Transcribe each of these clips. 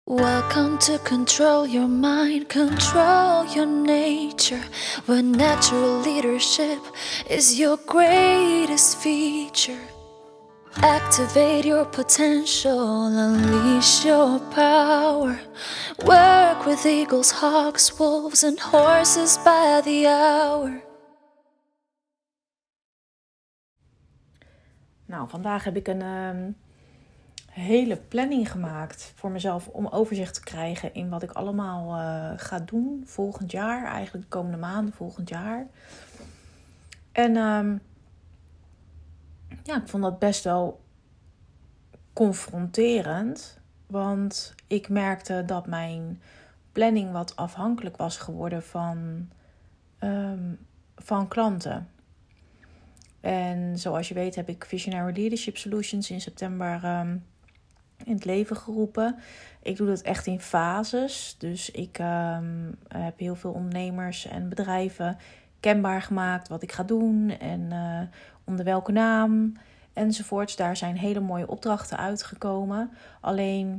Welcome to control your mind, control your nature, where natural leadership is your greatest feature. Activate your potential, unleash your power. Work with eagles, hawks, wolves, and horses by the hour. Nou, vandaag heb ik een hele planning gemaakt voor mezelf om overzicht te krijgen in wat ik allemaal ga doen volgend jaar. Eigenlijk de komende maanden volgend jaar. En ik vond dat best wel confronterend. Want ik merkte dat mijn planning wat afhankelijk was geworden van klanten. En zoals je weet heb ik Visionary Leadership Solutions in september in het leven geroepen. Ik doe dat echt in fases. Dus ik heb heel veel ondernemers en bedrijven kenbaar gemaakt wat ik ga doen. En onder welke naam enzovoorts. Daar zijn hele mooie opdrachten uitgekomen. Alleen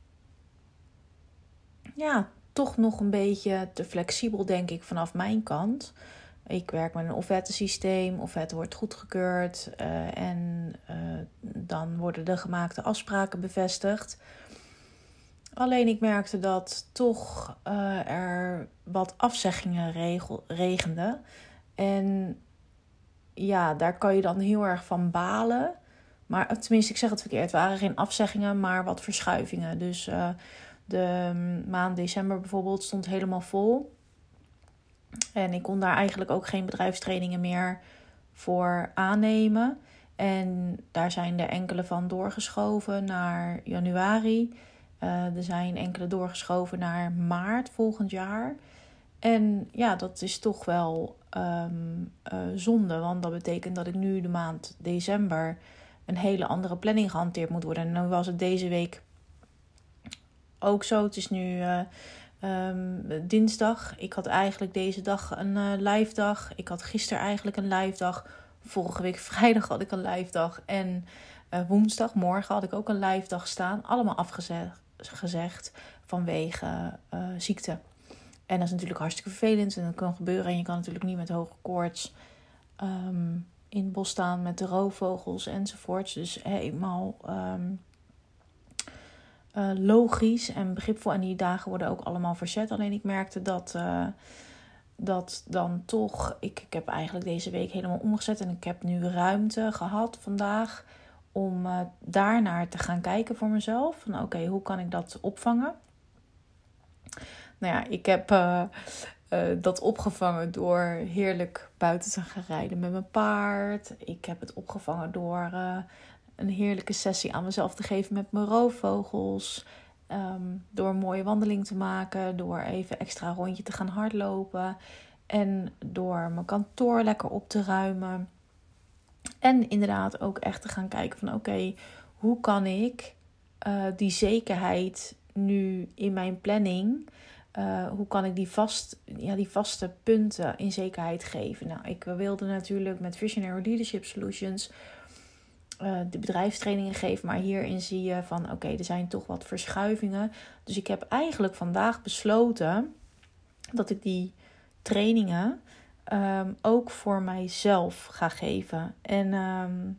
toch nog een beetje te flexibel denk ik vanaf mijn kant. Ik werk met een offerte-systeem. Offerte wordt goedgekeurd. En dan worden de gemaakte afspraken bevestigd. Alleen ik merkte dat toch er wat afzeggingen regenden. En ja, daar kan je dan heel erg van balen. Maar tenminste, ik zeg het verkeerd. Het waren geen afzeggingen, maar wat verschuivingen. Dus de maand december bijvoorbeeld stond helemaal vol. En ik kon daar eigenlijk ook geen bedrijfstrainingen meer voor aannemen. En daar zijn er enkele van doorgeschoven naar januari. Er zijn enkele doorgeschoven naar maart volgend jaar. En ja, dat is toch wel zonde. Want dat betekent dat ik nu de maand december een hele andere planning gehanteerd moet worden. En nu was het deze week ook zo. Het is nu dinsdag. Ik had eigenlijk deze dag een live dag. Ik had gisteren eigenlijk een live dag. Vorige week vrijdag had ik een live dag. En woensdag, morgen had ik ook een live dag staan. Allemaal afgezegd vanwege ziekte. En dat is natuurlijk hartstikke vervelend. En dat kan gebeuren. En je kan natuurlijk niet met hoge koorts in het bos staan met de roofvogels enzovoorts. Dus helemaal logisch en begripvol. En die dagen worden ook allemaal verzet. Alleen ik merkte dat dan toch... Ik heb eigenlijk deze week helemaal omgezet. En ik heb nu ruimte gehad vandaag om daarnaar te gaan kijken voor mezelf. Van oké, hoe kan ik dat opvangen? Nou ja, ik heb dat opgevangen door heerlijk buiten te gaan rijden met mijn paard. Ik heb het opgevangen door een heerlijke sessie aan mezelf te geven met mijn roofvogels. Door een mooie wandeling te maken. Door even extra rondje te gaan hardlopen. En door mijn kantoor lekker op te ruimen. En inderdaad ook echt te gaan kijken van oké, hoe kan ik die zekerheid nu in mijn planning... hoe kan ik die vaste punten in zekerheid geven? Nou, ik wilde natuurlijk met Visionary Leadership Solutions de bedrijfstrainingen geven. Maar hierin zie je van oké, er zijn toch wat verschuivingen. Dus ik heb eigenlijk vandaag besloten dat ik die trainingen ook voor mijzelf ga geven. En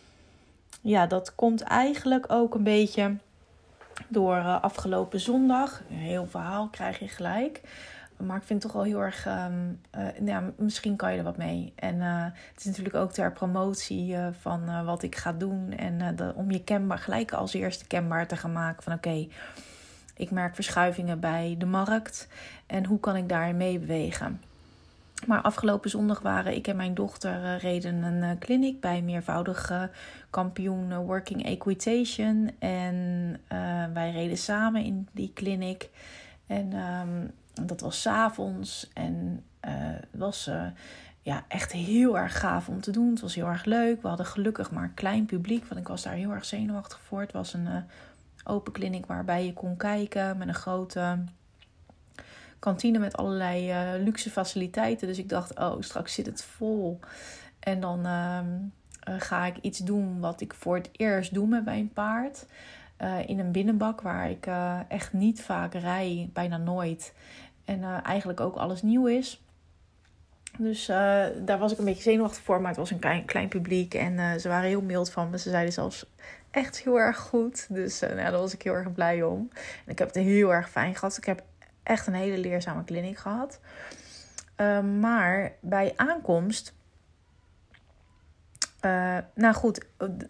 dat komt eigenlijk ook een beetje... door afgelopen zondag. Een heel verhaal krijg je gelijk. Maar ik vind het toch wel heel erg... misschien kan je er wat mee. En het is natuurlijk ook ter promotie van wat ik ga doen. En om je gelijk als eerste kenbaar te gaan maken. Van oké, ik merk verschuivingen bij de markt. En hoe kan ik daarin meebewegen? Maar afgelopen zondag waren ik en mijn dochter reden een clinic bij meervoudig kampioen Working Equitation. En wij reden samen in die clinic. En dat was 's avonds. En het was echt heel erg gaaf om te doen. Het was heel erg leuk. We hadden gelukkig maar een klein publiek. Want ik was daar heel erg zenuwachtig voor. Het was een open clinic waarbij je kon kijken met een grote... kantine met allerlei luxe faciliteiten. Dus ik dacht, straks zit het vol. En dan ga ik iets doen wat ik voor het eerst doe met mijn paard. in een binnenbak waar ik echt niet vaak rij, bijna nooit. En eigenlijk ook alles nieuw is. Dus daar was ik een beetje zenuwachtig voor. Maar het was een klein publiek. En ze waren heel mild van me. Ze zeiden zelfs echt heel erg goed. Dus daar was ik heel erg blij om. En ik heb het heel erg fijn gehad. Ik heb echt een hele leerzame kliniek gehad. Maar bij aankomst... nou goed,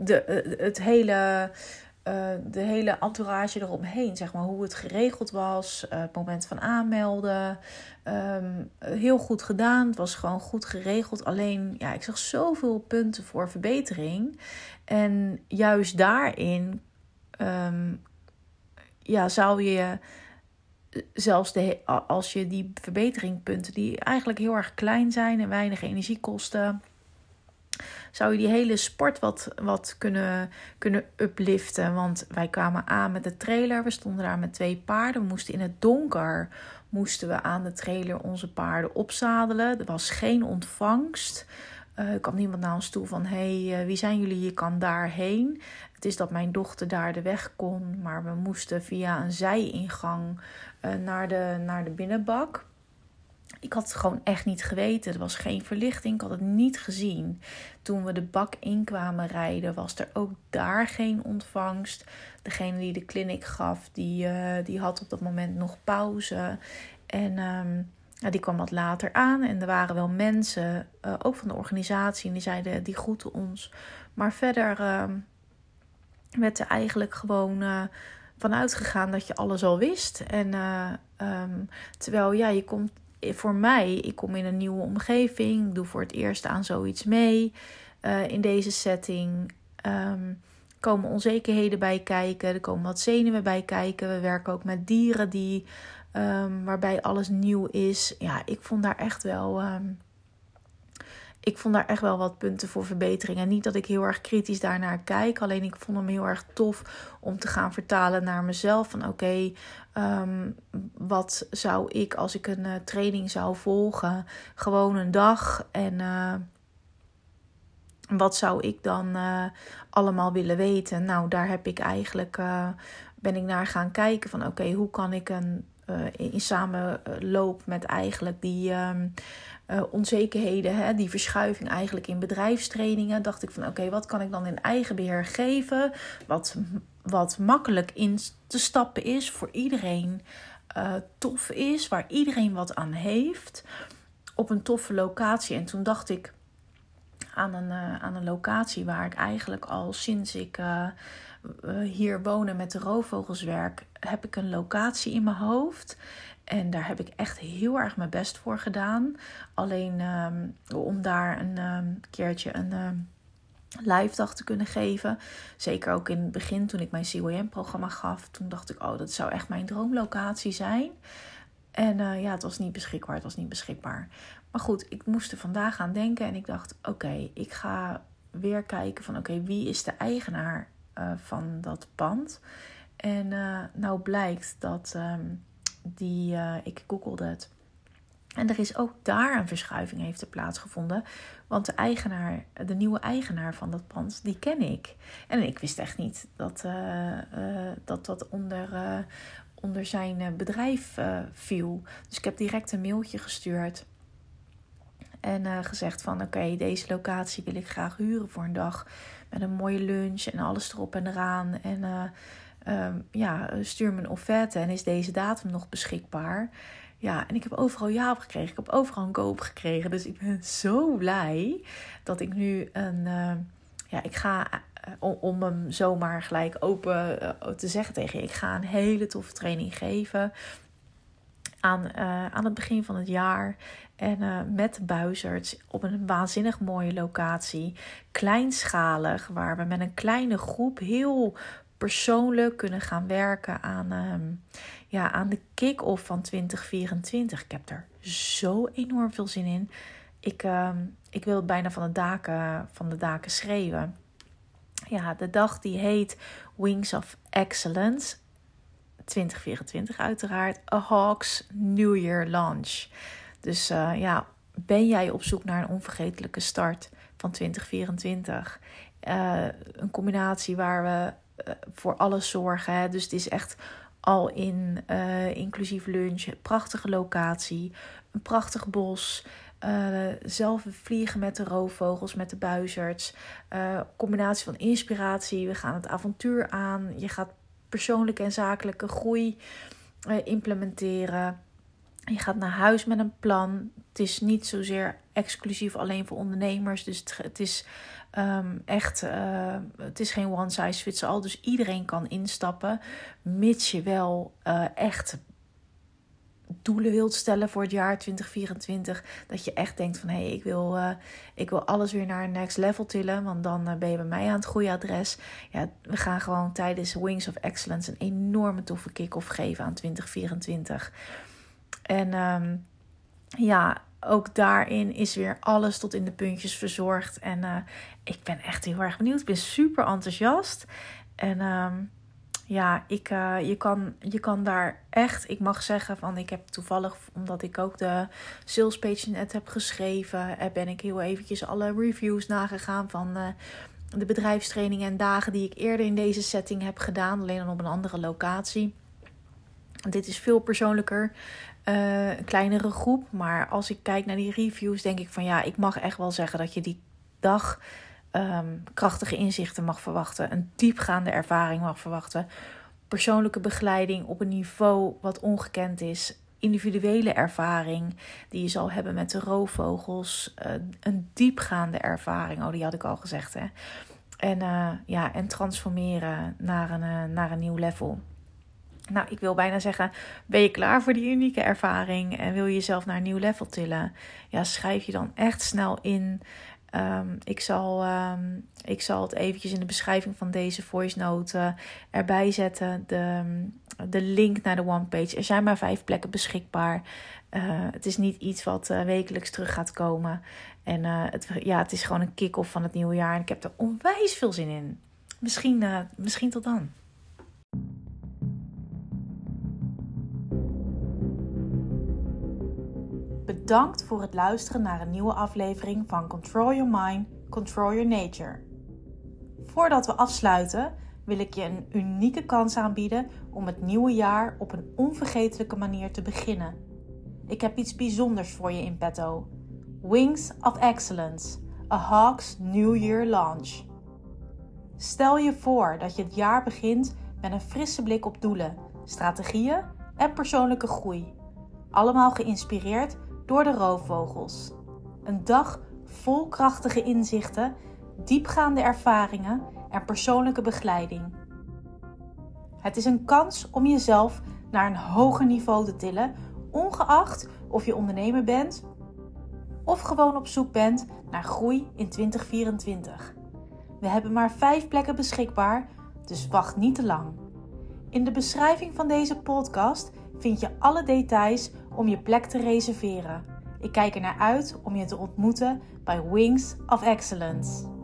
de hele entourage eromheen, zeg maar, hoe het geregeld was, het moment van aanmelden, heel goed gedaan. Het was gewoon goed geregeld. Alleen, ja, ik zag zoveel punten voor verbetering. En juist daarin, zou je zelfs als je die verbeteringpunten, die eigenlijk heel erg klein zijn en weinig energie kosten, zou je die hele sport wat kunnen upliften. Want wij kwamen aan met de trailer. We stonden daar met 2 paarden. We moesten in het donker aan de trailer onze paarden opzadelen. Er was geen ontvangst. Er kwam niemand naar ons toe van... hey, wie zijn jullie? Je kan daarheen. Het is dat mijn dochter daar de weg kon. Maar we moesten via een zijingang naar de binnenbak. Ik had het gewoon echt niet geweten. Er was geen verlichting. Ik had het niet gezien. Toen we de bak in kwamen rijden, was er ook daar geen ontvangst. Degene die de clinic gaf, die had op dat moment nog pauze. En die kwam wat later aan. En er waren wel mensen, ook van de organisatie, en die zeiden, die groeten ons. Maar verder werd er eigenlijk gewoon vanuit gegaan dat je alles al wist. En terwijl, ja, je komt... Voor mij, ik kom in een nieuwe omgeving. Ik doe voor het eerst aan zoiets mee. In deze setting komen onzekerheden bij kijken. Er komen wat zenuwen bij kijken. We werken ook met dieren waarbij alles nieuw is. Ja, ik vond daar echt wel wat punten voor verbetering. En niet dat ik heel erg kritisch daarnaar kijk. Alleen ik vond hem heel erg tof om te gaan vertalen naar mezelf. Van oké, wat zou ik als ik een training zou volgen? Gewoon een dag. En wat zou ik dan allemaal willen weten? Nou, daar heb ik eigenlijk... ben ik naar gaan kijken van oké, hoe kan ik in samenloop met eigenlijk die... onzekerheden, die verschuiving eigenlijk in bedrijfstrainingen, dacht ik van oké, wat kan ik dan in eigen beheer geven, wat makkelijk in te stappen is, voor iedereen tof is, waar iedereen wat aan heeft, op een toffe locatie. En toen dacht ik aan een locatie waar ik eigenlijk al sinds ik hier wonen met de roofvogels werk, heb ik een locatie in mijn hoofd. En daar heb ik echt heel erg mijn best voor gedaan. Alleen om daar een keertje een live dag te kunnen geven. Zeker ook in het begin toen ik mijn CWM-programma gaf. Toen dacht ik, dat zou echt mijn droomlocatie zijn. En het was niet beschikbaar. Maar goed, ik moest er vandaag aan denken. En ik dacht, oké, ik ga weer kijken van wie is de eigenaar van dat pand. En nou blijkt dat... ik googelde het. En er is ook daar een verschuiving heeft er plaatsgevonden. Want de nieuwe eigenaar van dat pand, die ken ik. En ik wist echt niet dat onder zijn bedrijf viel. Dus ik heb direct een mailtje gestuurd. En gezegd van oké, deze locatie wil ik graag huren voor een dag. Met een mooie lunch en alles erop en eraan. En stuur me een offerte en is deze datum nog beschikbaar. Ja, en ik heb overal ja op gekregen. Ik heb overal een go op gekregen. Dus ik ben zo blij dat ik nu ik ga, om hem zomaar gelijk open te zeggen tegen je. Ik ga een hele toffe training geven aan het begin van het jaar. En met de buizerds op een waanzinnig mooie locatie. Kleinschalig, waar we met een kleine groep heel persoonlijk kunnen gaan werken aan de kick-off van 2024. Ik heb er zo enorm veel zin in. Ik wil het bijna van de daken schreeuwen. Ja, de dag die heet Wings of Excellence 2024 uiteraard. A Hawks New Year Launch. Dus ben jij op zoek naar een onvergetelijke start van 2024? Een combinatie waar we voor alles zorgen. Hè. Dus het is echt al inclusief lunch, prachtige locatie, een prachtig bos. Zelf vliegen met de roofvogels, met de buizerds. Combinatie van inspiratie. We gaan het avontuur aan. Je gaat persoonlijke en zakelijke groei implementeren. Je gaat naar huis met een plan. Het is niet zozeer exclusief alleen voor ondernemers. Dus het is het is geen one size fits all. Dus iedereen kan instappen. Mits je wel echt doelen wilt stellen voor het jaar 2024. Dat je echt denkt van ik wil alles weer naar een next level tillen. Want dan ben je bij mij aan het goede adres. Ja, we gaan gewoon tijdens Wings of Excellence een enorme toffe kick-off geven aan 2024. En ook daarin is weer alles tot in de puntjes verzorgd. En ik ben echt heel erg benieuwd. Ik ben super enthousiast. En je kan daar echt, ik mag zeggen van, ik heb toevallig, omdat ik ook de sales page net heb geschreven, ben ik heel eventjes alle reviews nagegaan van de bedrijfstrainingen en dagen die ik eerder in deze setting heb gedaan, alleen dan op een andere locatie. Dit is veel persoonlijker, een kleinere groep, maar als ik kijk naar die reviews, denk ik van ik mag echt wel zeggen dat je die dag krachtige inzichten mag verwachten, een diepgaande ervaring mag verwachten, persoonlijke begeleiding op een niveau wat ongekend is, individuele ervaring die je zal hebben met de roofvogels, een diepgaande ervaring, die had ik al gezegd, hè. En transformeren naar een nieuw level. Nou, ik wil bijna zeggen, ben je klaar voor die unieke ervaring en wil je jezelf naar een nieuw level tillen? Ja, schrijf je dan echt snel in. Ik zal het eventjes in de beschrijving van deze voice note erbij zetten. De link naar de onepage. Er zijn maar 5 plekken beschikbaar. Het is niet iets wat wekelijks terug gaat komen. En het is gewoon een kick-off van het nieuwe jaar. En ik heb er onwijs veel zin in. Misschien tot dan. Bedankt voor het luisteren naar een nieuwe aflevering van Control Your Mind, Control Your Nature. Voordat we afsluiten wil ik je een unieke kans aanbieden om het nieuwe jaar op een onvergetelijke manier te beginnen. Ik heb iets bijzonders voor je in petto. Wings of Excellence, a Hawks New Year Launch. Stel je voor dat je het jaar begint met een frisse blik op doelen, strategieën en persoonlijke groei. Allemaal geïnspireerd door de roofvogels. Een dag vol krachtige inzichten, diepgaande ervaringen en persoonlijke begeleiding. Het is een kans om jezelf naar een hoger niveau te tillen, ongeacht of je ondernemer bent of gewoon op zoek bent naar groei in 2024. We hebben maar 5 plekken beschikbaar, dus wacht niet te lang. In de beschrijving van deze podcast vind je alle details om je plek te reserveren. Ik kijk er naar uit om je te ontmoeten bij Wings of Excellence.